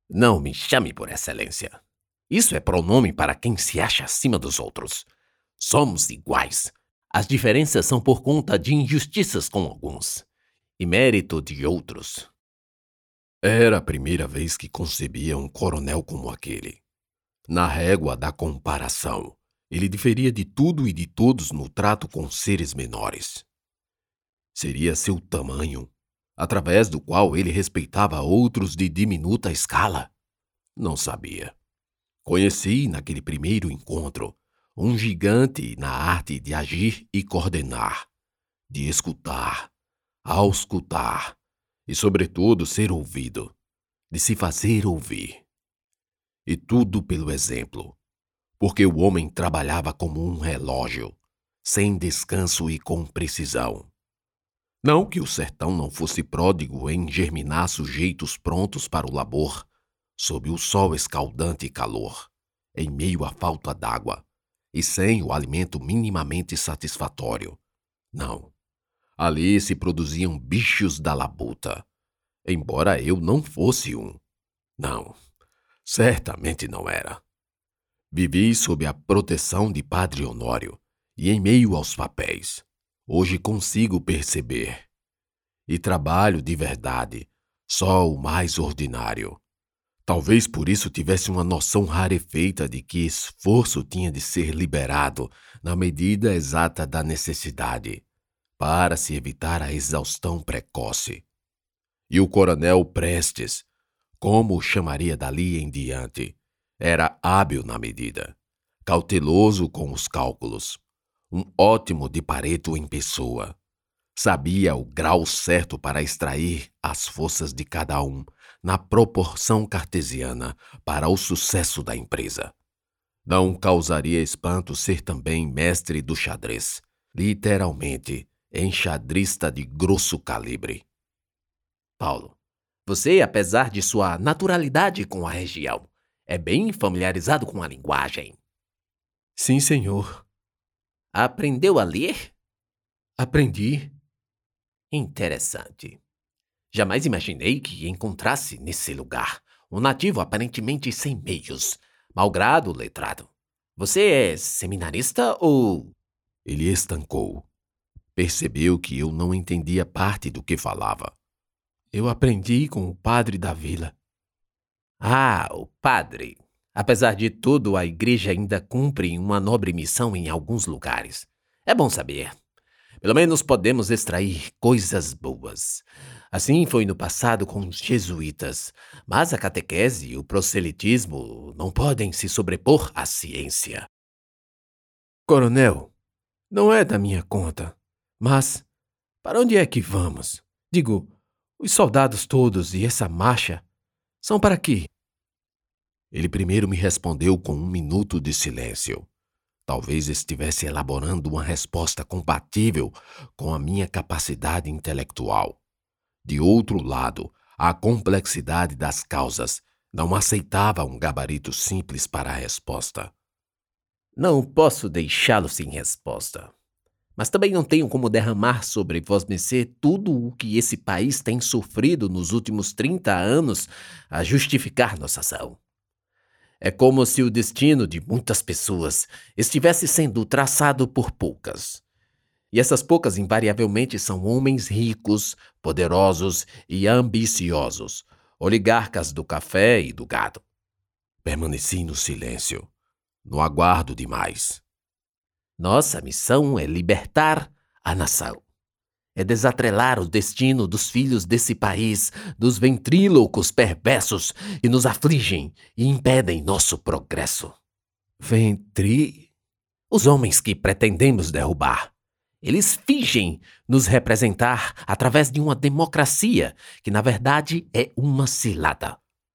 Não me chame por excelência. Isso é pronome para quem se acha acima dos outros. Somos iguais. As diferenças são por conta de injustiças com alguns e mérito de outros. Era a primeira vez que concebia um coronel como aquele. Na régua da comparação, ele diferia de tudo e de todos no trato com seres menores. Seria seu tamanho, através do qual ele respeitava outros de diminuta escala? Não sabia. Conheci, naquele primeiro encontro, um gigante na arte de agir e coordenar, de escutar, auscultar e, sobretudo, ser ouvido, de se fazer ouvir. E tudo pelo exemplo, porque o homem trabalhava como um relógio, sem descanso e com precisão. Não que o sertão não fosse pródigo em germinar sujeitos prontos para o labor, sob o sol escaldante e calor, em meio à falta d'água, e sem o alimento minimamente satisfatório. Não. Ali se produziam bichos da labuta, embora eu não fosse um. Não, certamente não era. Vivi sob a proteção de Padre Honório, e em meio aos papéis. Hoje consigo perceber. E trabalho de verdade, só o mais ordinário. Talvez por isso tivesse uma noção rarefeita de que esforço tinha de ser liberado na medida exata da necessidade, para se evitar a exaustão precoce. E o coronel Prestes, como o chamaria dali em diante, era hábil na medida, cauteloso com os cálculos, um ótimo de Pareto em pessoa. Sabia o grau certo para extrair as forças de cada um na proporção cartesiana para o sucesso da empresa. Não causaria espanto ser também mestre do xadrez, literalmente enxadrista de grosso calibre. Paulo, você, apesar de sua naturalidade com a região, é bem familiarizado com a linguagem. Sim, senhor. Aprendeu a ler? Aprendi. Interessante. Jamais imaginei que encontrasse nesse lugar um nativo aparentemente sem meios, malgrado letrado. Você é seminarista ou... Ele estancou. Percebeu que eu não entendia parte do que falava. Eu aprendi com o padre da vila. Ah, o padre. Apesar de tudo, a igreja ainda cumpre uma nobre missão em alguns lugares. É bom saber. Pelo menos podemos extrair coisas boas. Assim foi no passado com os jesuítas, mas a catequese e o proselitismo não podem se sobrepor à ciência. Coronel, não é da minha conta, mas para onde é que vamos? Digo, os soldados todos e essa marcha são para quê? Ele primeiro me respondeu com 1 minuto de silêncio. Talvez estivesse elaborando uma resposta compatível com a minha capacidade intelectual. De outro lado, a complexidade das causas não aceitava um gabarito simples para a resposta. Não posso deixá-lo sem resposta. Mas também não tenho como derramar sobre vosmecê tudo o que esse país tem sofrido nos últimos 30 anos a justificar nossa ação. É como se o destino de muitas pessoas estivesse sendo traçado por poucas. E essas poucas invariavelmente são homens ricos, poderosos e ambiciosos, oligarcas do café e do gado. Permaneci no silêncio, no aguardo de mais. Nossa missão é libertar a nação. É desatrelar o destino dos filhos desse país, dos ventrílocos perversos que nos afligem e impedem nosso progresso. Os homens que pretendemos derrubar. Eles fingem nos representar através de uma democracia que, na verdade, é uma cilada.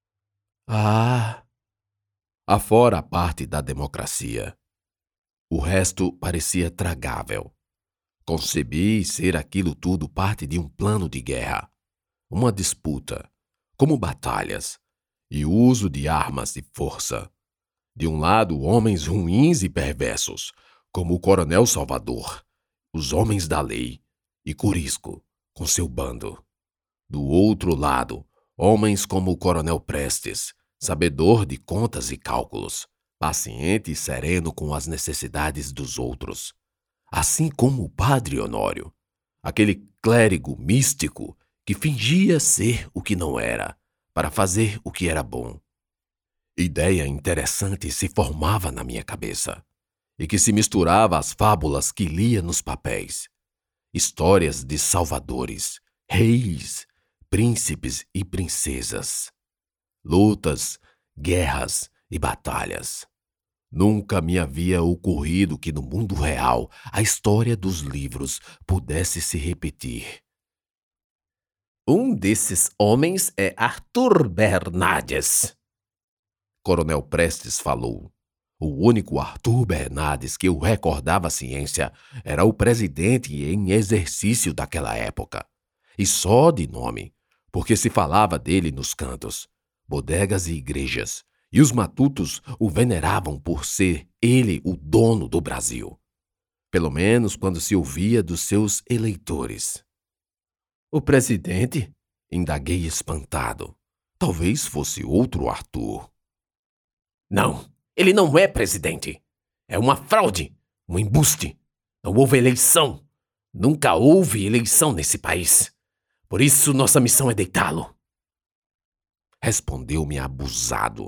Afora a parte da democracia, o resto parecia tragável. Concebi ser aquilo tudo parte de um plano de guerra, uma disputa, como batalhas, e uso de armas e força. De um lado, homens ruins e perversos, como o Coronel Salvador, os homens da lei, e Corisco, com seu bando. Do outro lado, homens como o Coronel Prestes, sabedor de contas e cálculos, paciente e sereno com as necessidades dos outros, assim como o padre Honório, aquele clérigo místico que fingia ser o que não era, para fazer o que era bom. Ideia interessante se formava na minha cabeça, e que se misturava às fábulas que lia nos papéis. Histórias de salvadores, reis, príncipes e princesas. Lutas, guerras e batalhas. Nunca me havia ocorrido que no mundo real a história dos livros pudesse se repetir. Um desses homens é Arthur Bernardes. Coronel Prestes falou. O único Arthur Bernardes que eu recordava a ciência era o presidente em exercício daquela época. E só de nome, porque se falava dele nos cantos, bodegas e igrejas, e os matutos o veneravam por ser ele o dono do Brasil. Pelo menos quando se ouvia dos seus eleitores. O presidente? Indaguei espantado. Talvez fosse outro Arthur. Não, ele não é presidente. É uma fraude, um embuste. Não houve eleição. Nunca houve eleição nesse país. Por isso nossa missão é deitá-lo. Respondeu-me abusado.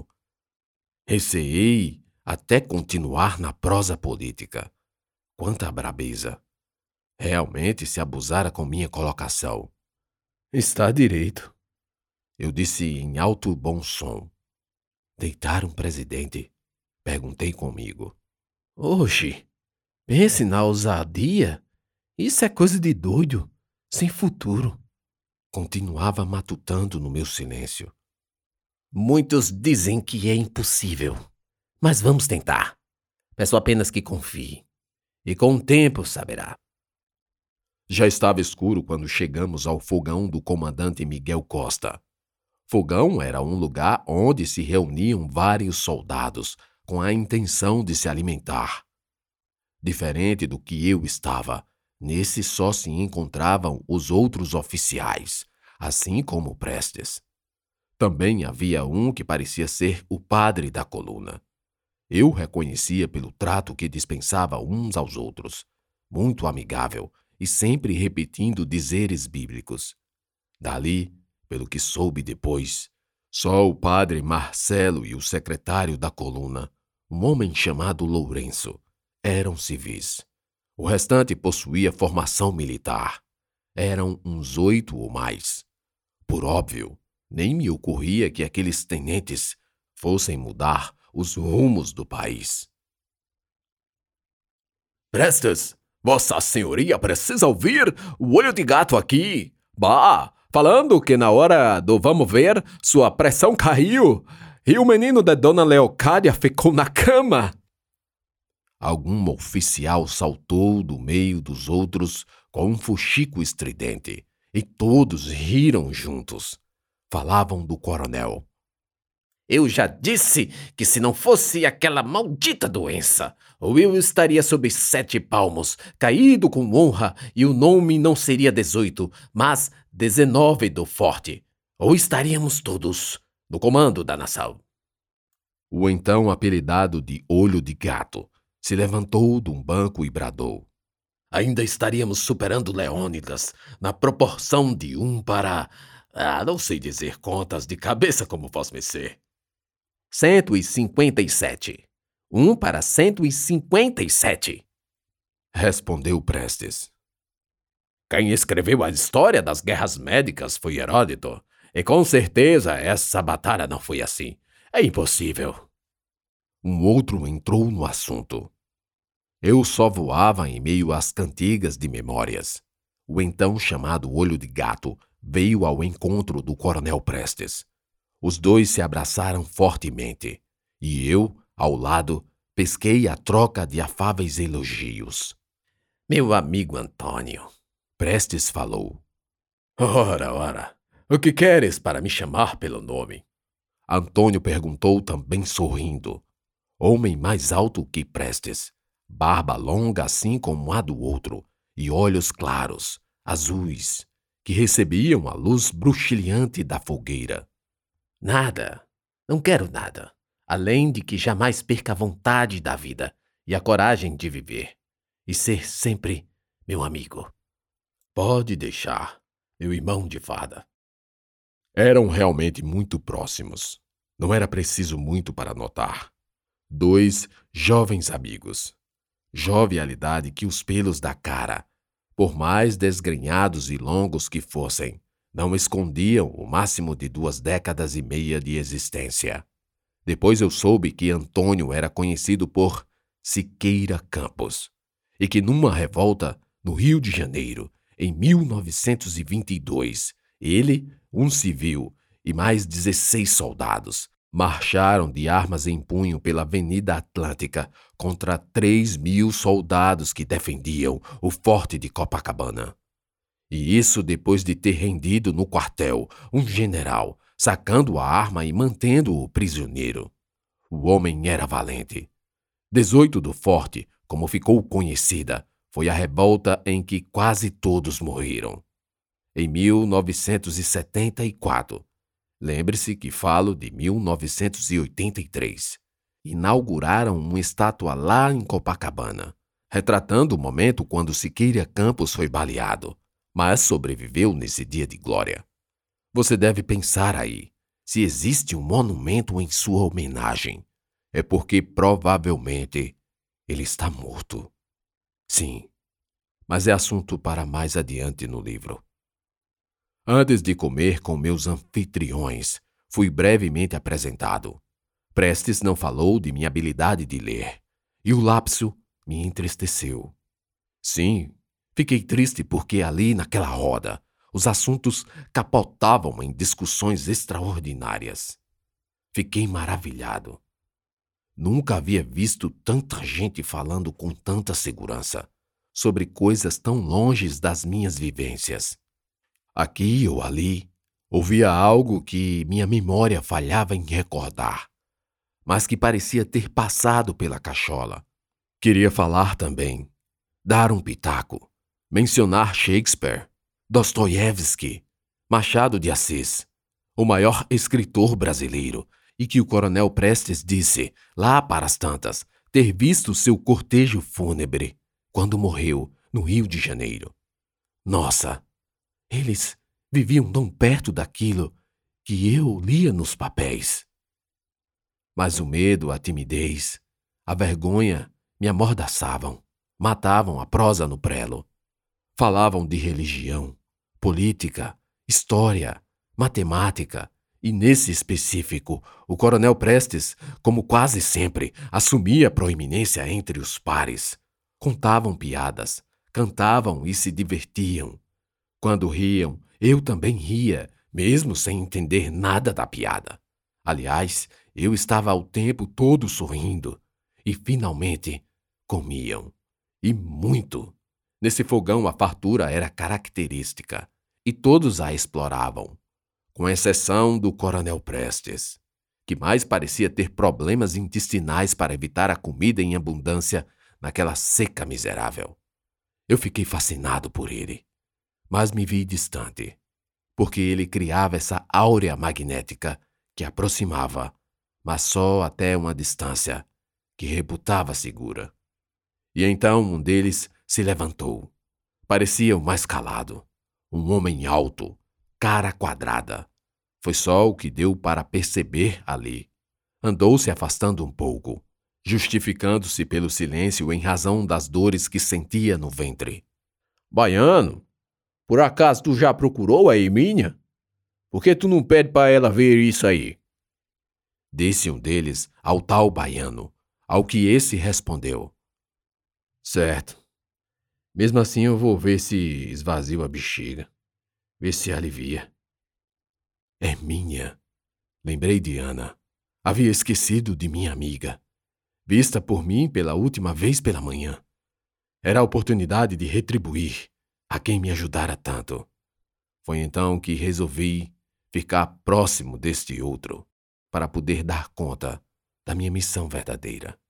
Receei até continuar na prosa política. Quanta brabeza! Realmente se abusara com minha colocação. Está direito. Eu disse em alto bom som. Deitar um presidente? Perguntei comigo. Oxe, pense na ousadia. Isso é coisa de doido, sem futuro. Continuava matutando no meu silêncio. Muitos dizem que é impossível, mas vamos tentar. Peço apenas que confie, e com o tempo saberá. Já estava escuro quando chegamos ao fogão do comandante Miguel Costa. Fogão era um lugar onde se reuniam vários soldados com a intenção de se alimentar. Diferente do que eu estava, nesse só se encontravam os outros oficiais, assim como Prestes. Também havia um que parecia ser o padre da coluna. Eu reconhecia pelo trato que dispensava uns aos outros, muito amigável e sempre repetindo dizeres bíblicos. Dali, pelo que soube depois, só o padre Marcelo e o secretário da coluna, um homem chamado Lourenço, eram civis. O restante possuía formação militar. Eram uns 8 ou mais. Por óbvio, nem me ocorria que aqueles tenentes fossem mudar os rumos do país. Prestes, Vossa Senhoria precisa ouvir o olho de gato aqui. Bah! Falando que na hora do vamos ver, sua pressão caiu e o menino da Dona Leocádia ficou na cama. Algum oficial saltou do meio dos outros com um fuxico estridente e todos riram juntos. Falavam do coronel. Eu já disse que se não fosse aquela maldita doença, o Will estaria sob 7 palmos, caído com honra, e o nome não seria 18, mas 19 do forte. Ou estaríamos todos no comando da nação. O então apelidado de Olho de Gato se levantou de um banco e bradou. Ainda estaríamos superando Leônidas na proporção de 1 para... não sei dizer contas de cabeça como vós me ser. 157. 1 para 157. Respondeu Prestes. Quem escreveu a história das guerras médicas foi Heródoto, e com certeza essa batalha não foi assim. É impossível. Um outro entrou no assunto. Eu só voava em meio às cantigas de memórias. O então chamado Olho de Gato veio ao encontro do coronel Prestes. Os dois se abraçaram fortemente, e eu, ao lado, pesquei a troca de afáveis elogios. Meu amigo Antônio, Prestes falou. Ora, o que queres para me chamar pelo nome? Antônio perguntou também sorrindo. Homem mais alto que Prestes, barba longa assim como a do outro, e olhos claros, azuis, que recebiam a luz bruxilhante da fogueira. Nada. Não quero nada, além de que jamais perca a vontade da vida e a coragem de viver, e ser sempre meu amigo. Pode deixar, meu irmão de fada. Eram realmente muito próximos. Não era preciso muito para notar. 2 jovens amigos. Jovialidade que os pelos da cara, por mais desgrenhados e longos que fossem, não escondiam o máximo de 2 décadas e meia de existência. Depois eu soube que Antônio era conhecido por Siqueira Campos e que numa revolta no Rio de Janeiro, em 1922, ele, um civil e mais 16 soldados marcharam de armas em punho pela Avenida Atlântica contra 3.000 soldados que defendiam o forte de Copacabana. E isso depois de ter rendido no quartel um general, sacando a arma e mantendo-o prisioneiro. O homem era valente. 18 do Forte, como ficou conhecida, foi a revolta em que quase todos morreram. Em 1974, lembre-se que falo de 1983, inauguraram uma estátua lá em Copacabana, retratando o momento quando Siqueira Campos foi baleado, mas sobreviveu nesse dia de glória. Você deve pensar aí, se existe um monumento em sua homenagem, é porque provavelmente ele está morto. Sim, mas é assunto para mais adiante no livro. Antes de comer com meus anfitriões, fui brevemente apresentado. Prestes não falou de minha habilidade de ler, e o lapso me entristeceu. Sim, fiquei triste porque ali naquela roda, os assuntos capotavam em discussões extraordinárias. Fiquei maravilhado. Nunca havia visto tanta gente falando com tanta segurança sobre coisas tão longes das minhas vivências. Aqui ou ali, ouvia algo que minha memória falhava em recordar, mas que parecia ter passado pela cachola. Queria falar também, dar um pitaco, mencionar Shakespeare, Dostoiévski, Machado de Assis, o maior escritor brasileiro, e que o coronel Prestes disse, lá para as tantas, ter visto seu cortejo fúnebre quando morreu no Rio de Janeiro. Nossa, eles viviam tão perto daquilo que eu lia nos papéis. Mas o medo, a timidez, a vergonha me amordaçavam, matavam a prosa no prelo. Falavam de religião, política, história, matemática, e nesse específico, o coronel Prestes, como quase sempre, assumia proeminência entre os pares. Contavam piadas, cantavam e se divertiam. Quando riam, eu também ria, mesmo sem entender nada da piada. Aliás, eu estava o tempo todo sorrindo. E, finalmente, comiam. E muito. Nesse fogão a fartura era característica, e todos a exploravam, com exceção do coronel Prestes, que mais parecia ter problemas intestinais para evitar a comida em abundância naquela seca miserável. Eu fiquei fascinado por ele, mas me vi distante, porque ele criava essa áurea magnética que aproximava, mas só até uma distância que reputava segura. E então um deles se levantou. Parecia o mais calado, um homem alto, cara quadrada. Foi só o que deu para perceber ali. Andou se afastando um pouco, justificando-se pelo silêncio em razão das dores que sentia no ventre. Baiano, por acaso tu já procurou a Hermínia? Por que tu não pede para ela ver isso aí? Disse um deles ao tal baiano, ao que esse respondeu. Certo. Mesmo assim eu vou ver se esvazio a bexiga. Ver se alivia. Hermínia. Lembrei de Ana. Havia esquecido de minha amiga. Vista por mim pela última vez pela manhã. Era a oportunidade de retribuir a quem me ajudara tanto. Foi então que resolvi ficar próximo deste outro, para poder dar conta da minha missão verdadeira.